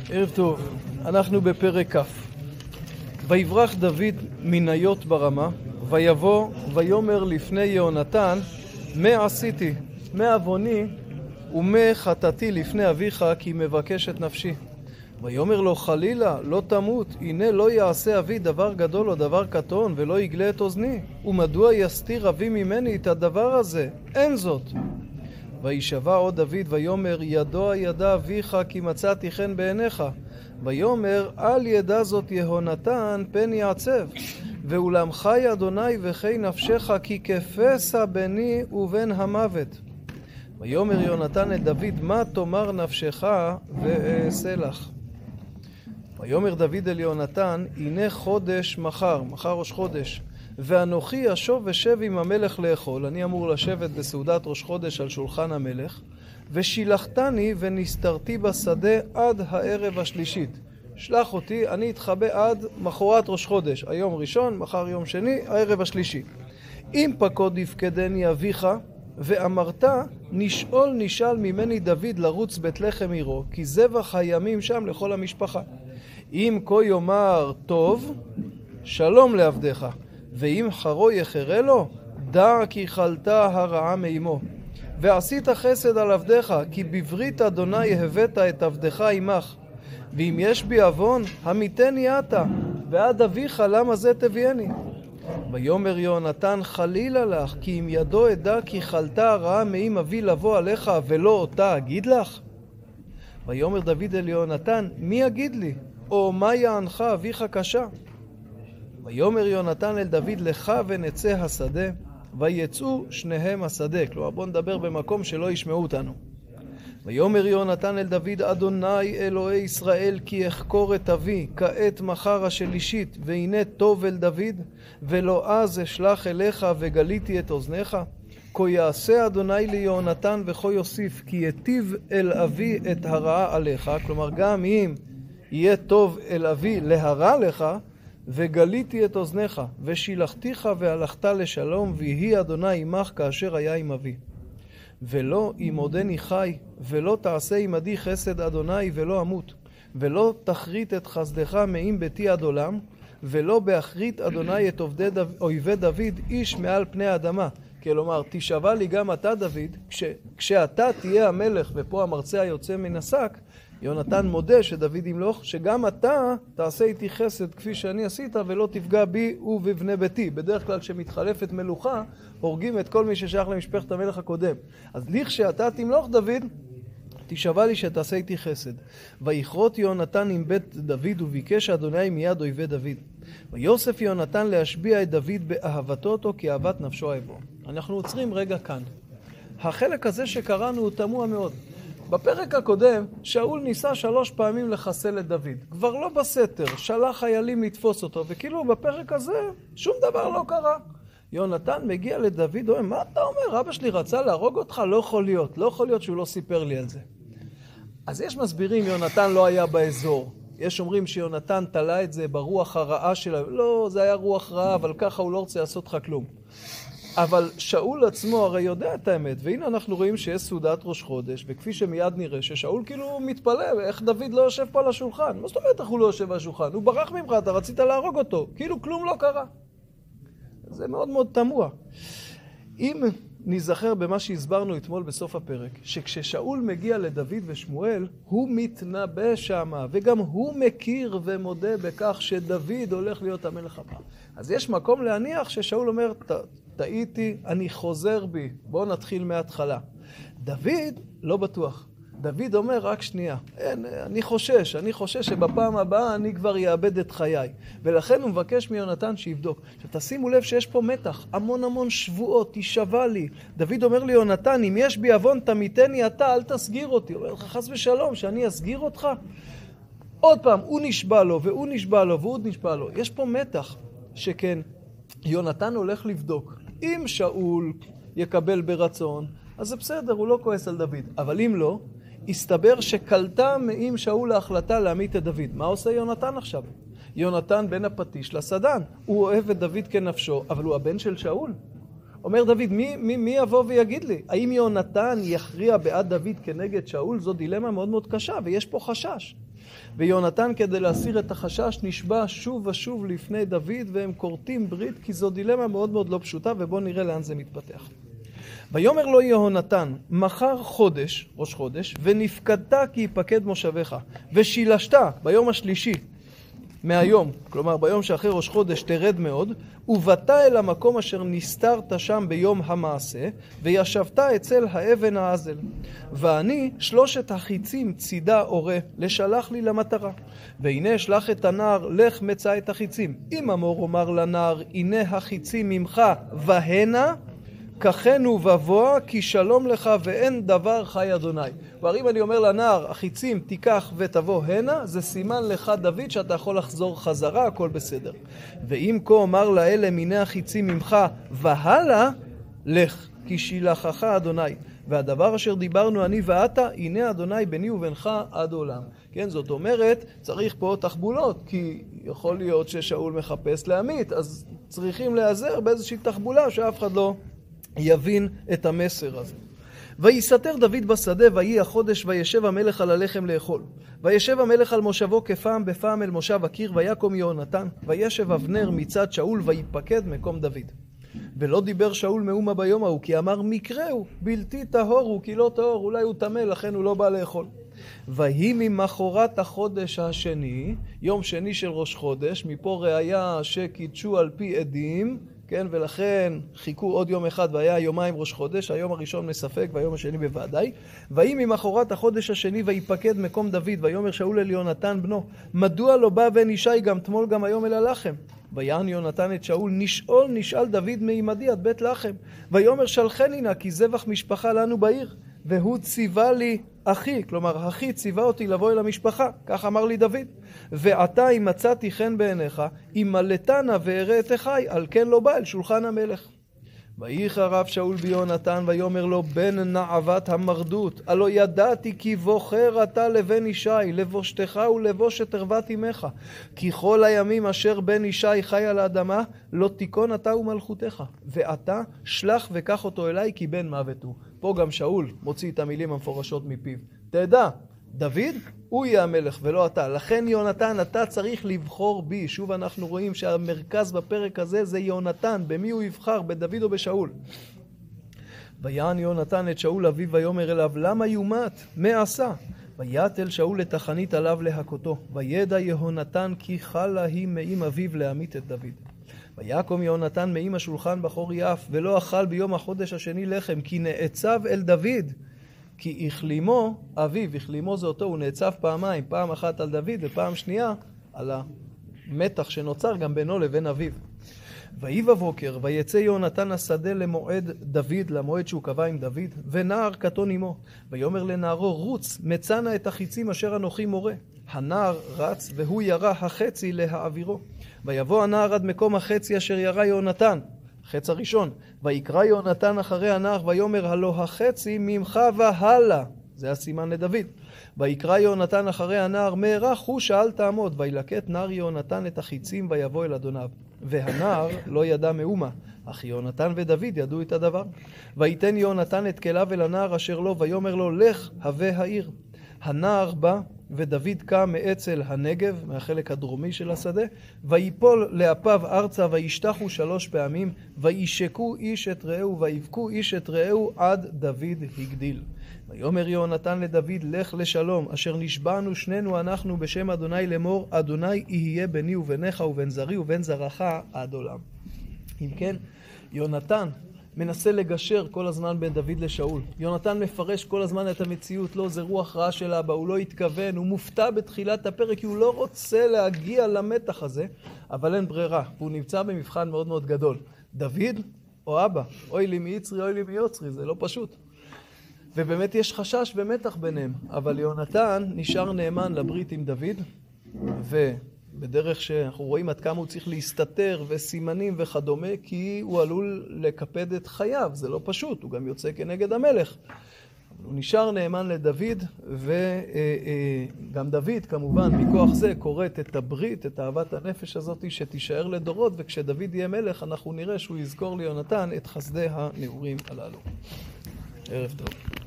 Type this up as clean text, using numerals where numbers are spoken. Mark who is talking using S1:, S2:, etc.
S1: ערב טוב, אנחנו בפרק כ'. ויברח דוד מניות ברמה, ויבוא ויאמר לפני יהונתן, מה עשיתי, מה עווני ומה חטאתי לפני אביך, כי מבקש את נפשי. ויאמר לו, חלילה, לא תמות, הנה לא יעשה אבי דבר גדול או דבר קטון, ולא יגלה את אוזני. ומדוע יסתיר אבי ממני את הדבר הזה? אין זאת. וישבע עוד דוד ויאמר, ידוע ידע אביך כי מצאתי חן בעיניך. ויאמר, אל ידע זאת יהונתן פן יעצב. ואולם חי אדוני וחי נפשך, כי כפסע ביני ובין המוות. ויאמר יהונתן אל דוד, מה תאמר נפשך ואעשה לך. ויאמר דוד אל יהונתן, הנה חודש מחר ראש חודש, ואנוכי אשוב ושב עם המלך לאכול. אני אמור לשבת בסעודת ראש חודש על שולחן המלך, ושילחתני ונסתרתי בשדה עד הערב השלישית. שלח אותי, אני אתחבא עד מחרת ראש חודש, היום ראשון, מחר יום שני, הערב השלישי. אם פקוד יפקדני אביך, ואמרת, נשאל ממני דוד לרוץ בית לחם עירו, כי זבח הימים שם לכל המשפחה. אם כה יאמר טוב, שלום לעבדך, ואם חרו יחרה לו, דע כי חלתה הרעה מאמו. ועשית חסד על עבדך, כי בברית אדוני הבאת את עבדך עמך. ואם יש בי עוון, המיתני אתה, ועד אביך למה זה תביאני. ויאמר יהונתן, חלילה לך, כי אם ידו אדע כי חלתה הרעה מאם אבי לבוא עליך, ולא אותה אגיד לך. ויאמר דוד אל יהונתן, מי יגיד לי? או מה יענך אביך קשה? ויאמר יהונתן אל דוד, לך ונצא השדה. ויצאו שניהם השדה. כלומר, בוא נדבר במקום שלא ישמעו אותנו. ויאמר יהונתן אל דוד, אדוני אלוהי ישראל, כי אחקור את אבי כעת מחר השלישית, והנה טוב אל דוד, ולא אז אשלח אליך וגליתי את אוזניך. כה יעשה אדוני ליהונתן וכה יוסיף, כי יטיב אל אבי את הרעה עליך. כלומר, גם אם יהיה טוב אל אבי להרע לך, וגליתי את אוזניך, ושילחתיך והלכת לשלום, ויהי אדוני עמך כאשר היה עם אבי. ולא אם עודני חי, ולא תעשה עמדי חסד אדוני ולא אמות, ולא תחריט את חסדך מעם ביתי עד עולם, ולא באחרית אדוני את אויבי דוד איש מעל פני האדמה. כלומר, תשבע לי גם אתה דוד, כשאתה תהיה המלך, ופה המרצע יוצא מן השק, יהונתן מודה שדוד ימלוך, שגם אתה תעשה איתי חסד כפי שאני עשית, ולא תפגע בי ובבני ביתי. בדרך כלל שמתחלפת מלוכה, הורגים את כל מי ששייך למשפחת המלך הקודם. אז לכשאתה תמלוך דוד, תשבע לי שתעשה איתי חסד. ויכרות יהונתן עם בית דוד, וביקש אדוני מיד אויבי דוד. ויוסף יהונתן להשביע את דוד באהבתו אותו, כי אהבת נפשו אהבו. אנחנו עוצרים רגע כאן. החלק הזה שקראנו הוא תמוה מאוד. בפרק הקודם, שאול ניסה 3 פעמים לחסל את דוד. כבר לא בסתר, שלח חיילים לתפוס אותו, וכאילו בפרק הזה שום דבר לא קרה. יהונתן מגיע לדוד, אומר, מה אתה אומר? אבא שלי רצה להרוג אותך? לא יכול להיות שהוא לא סיפר לי על זה. אז יש מסבירים, יהונתן לא היה באזור. יש אומרים שיהונתן תלה את זה ברוח הרעה שלה. לא, זה היה רוח רעה, אבל ככה הוא לא רוצה לעשות לך כלום. אבל שאול עצמו הרי יודע את האמת, והנה אנחנו רואים שיש סעודת ראש חודש, וכפי שמיד נראה ששאול כאילו מתפלא, איך דוד לא יושב פה על השולחן? מה זאת אומרת איך הוא לא יושב על השולחן? הוא ברח ממך, אתה רצית להרוג אותו, כאילו כלום לא קרה. זה מאוד מאוד תמוה. אם נזכר במה שהסברנו אתמול בסוף הפרק, שכששאול מגיע לדוד ושמואל, הוא מתנבא שמה, וגם הוא מכיר ומודה בכך שדוד הולך להיות המלך הבא. אז יש מקום להניח ששאול אומר, טעיתי, אני חוזר בי, בואו נתחיל מההתחלה. דוד לא בטוח. דוד אומר, רק שנייה, אני חושש שבפעם הבאה אני כבר יאבד את חיי. ולכן הוא מבקש מיונתן שיבדוק. שתשימו לב שיש פה מתח, המון שבועות, תשבע לי. דוד אומר לי, יונתן, אם יש בי עוון, תמיתני אתה, אל תסגיר אותי. הוא אומר לך, חס ושלום, שאני אסגיר אותך? עוד פעם, הוא נשבע לו, והוא נשבע לו, והוא נשבע לו. יש פה מתח, שכן, יונתן הולך לבדוק. אם שאול יקבל ברצון, אז זה בסדר, הוא לא כועס על דוד. אבל אם לא, הסתבר שקלטה מעם שאול להחלטה להמית את דוד. מה עושה יונתן עכשיו? יונתן בן הפטיש לסדן. הוא אוהב את דוד כנפשו, אבל הוא הבן של שאול. אומר דוד, מי יבוא ויגיד לי? האם יונתן יכריע בעד דוד כנגד שאול? זו דילמה מאוד מאוד קשה, ויש פה חשש. ויונתן כדי להסיר את החשש נשבע שוב ושוב לפני דוד, והם כורתים ברית, כי זו דילמה מאוד מאוד לא פשוטה, ובואו נראה לאן זה מתפתח. ויאמר לו יהונתן, מחר חודש, ראש חודש, ונפקדת כי יפקד מושבך, ושילשת ביום השלישי מהיום, כלומר ביום שאחרי ראש חודש תרד מאוד, ובאת אל המקום אשר נסתרת שם ביום המעשה, וישבת אצל האבן האזל. ואני 3 החיצים צידה אורה, לשלח לי למטרה. והנה אשלח את הנער, לך מצא את החיצים. אם אמור אומר לנער, הנה החיצים ממך והנה, ככנו ובוא, כי שלום לך ואין דבר חי אדוני. ואם אני אומר לנער, החיצים תיקח ותבוא הנה, זה סימן לך דוד שאתה יכול לחזור חזרה, הכל בסדר. ואם כה אומר לאלה, מיני החיצים ממך והלאה, לך, כי שילחך אדוני. והדבר אשר דיברנו אני ואתה, הנה אדוני ביני ובינך עד עולם. כן, זאת אומרת, צריך פה תחבולות, כי יכול להיות ששאול מחפש להמית, אז צריכים להיעזר באיזושהי תחבולה שאף אחד לא יבין את המסר הזה. ויסתר דוד בשדה, ויהי החודש, וישב המלך על הלחם לאכול. וישב המלך על מושבו כפעם בפעם אל מושב הקיר, ויקום יהונתן, וישב אבנר מצד שאול, ויפקד מקום דוד. ולא דיבר שאול מאומה ביום ההוא, כי אמר מקראו, בלתי טהור הוא, כי לא טהור, אולי הוא טמא, לכן הוא לא בא לאכול. ויהי ממחרת החודש השני, יום שני של ראש חודש, מפה ראיה שקידשו על פי עדים, כן, ולכן חיכו עוד יום אחד והיה יומיים ראש חודש, היום הראשון מספק והיום השני בוודאי. ויהי ממחרת החודש השני ויפקד מקום דוד, ויאמר שאול אל יהונתן בנו, מדוע לא בא בן ישי גם תמול גם היום אל הלחם? ויען יהונתן את שאול, נשאל דוד מעמדי עד בית לחם. ויאמר שלחני נא, כי זבח משפחה לנו בעיר, והוא ציווה לי אחי, כלומר אחי ציווה אותי לבוא אל המשפחה, כך אמר לי דוד. ועתה אם מצאתי חן בעיניך, אם מלטנה ואראה את אחי, על כן לא בא אל שולחן המלך. ויחרב שאול ביהונתן, ויאמר לו בן נעבת המרדות, הלא ידעתי כי בוחר אתה לבן ישי, לבושתך ולבושת ערוות אמך, כי כל הימים אשר בן ישי חי על האדמה, לא תיכון אתה ומלכותך, ואתה שלח וקח אותו אליי, כי בן מוות הוא. פה גם שאול מוציא את המילים המפורשות מפיו. תדע, דוד הוא יהיה המלך ולא אתה. לכן יהונתן, אתה צריך לבחור בי. שוב אנחנו רואים שהמרכז בפרק הזה זה יהונתן. במי הוא יבחר? בדוד או בשאול? ויען יהונתן את שאול אביו ויאמר אליו, למה יומת? מה עשה? ויתל שאול לתחנית עליו להכותו. וידע יהונתן כי חלה היא מאם אביו להמית את דוד. ויקום יהונתן מאם השולחן בחור יף, ולא אכל ביום החודש השני לחם, כי נעצב אל דוד. כי החלימו אביו, החלימו זה אותו, הוא נעצב פעמיים, פעם אחת על דוד ופעם שנייה על המתח שנוצר גם בינו לבין אביו. ויהי בבוקר, ויצא יהונתן השדה למועד דוד, למועד שהוא קבע עם דוד, ונער קטון עמו. ויאמר לנערו, רוץ, מצאנה את החיצים אשר אנוכי מורה. הנער רץ, והוא ירה החצי להעבירו. ויבוא הנער עד מקום החצי אשר ירה יהונתן, חץ הראשון. ויקרא יהונתן אחרי הנער, ויאמר הלא החצי ממך והלאה. זה הסימן לדוד. ויקרא יהונתן אחרי הנער, מהרה חושה אל תעמוד. וילקט נער יהונתן את החיצים ויבוא אל אדוניו. והנער לא ידע מאומה, אך יהונתן ודוד ידעו את הדבר. ויתן יהונתן את כליו אל הנער אשר לו, ויאמר לו, לך הווה העיר. הנער בא, ודוד קם מאצל הנגב, מהחלק הדרומי של השדה, ויפול לאפיו ארצה, וישתחו 3 פעמים, וישקו איש את רעהו, ויבכו איש את רעהו, עד דוד הגדיל. ויאמר יהונתן לדוד, לך לשלום, אשר נשבענו שנינו אנחנו בשם אדוני לאמור, אדוני יהיה ביני וביניך ובין זרי ובין זרעך עד עולם. אם כן, יהונתן מנסה לגשר כל הזמן בין דוד לשאול. יהונתן מפרש כל הזמן את המציאות, לא, זה רוח רעה של אבא, הוא לא התכוון, הוא מופתע בתחילת הפרק, כי הוא לא רוצה להגיע למתח הזה, אבל אין ברירה, הוא נמצא במבחן מאוד מאוד גדול. דוד או אבא, אוי לי מיצרי, אוי לי מיוצרי, זה לא פשוט. ובאמת יש חשש ומתח ביניהם, אבל יהונתן נשאר נאמן לברית עם דוד, בדרך שאנחנו רואים עד כמה הוא צריך להסתתר וסימנים וכדומה, כי הוא עלול לקפד את חייו, זה לא פשוט, הוא גם יוצא כנגד המלך. הוא נשאר נאמן לדוד, וגם דוד כמובן מכוח זה קוראת את הברית, את אהבת הנפש הזאת שתישאר לדורות, וכשדוד יהיה מלך אנחנו נראה שהוא יזכור ליהונתן את חסדי הנעורים הללו. ערב טוב.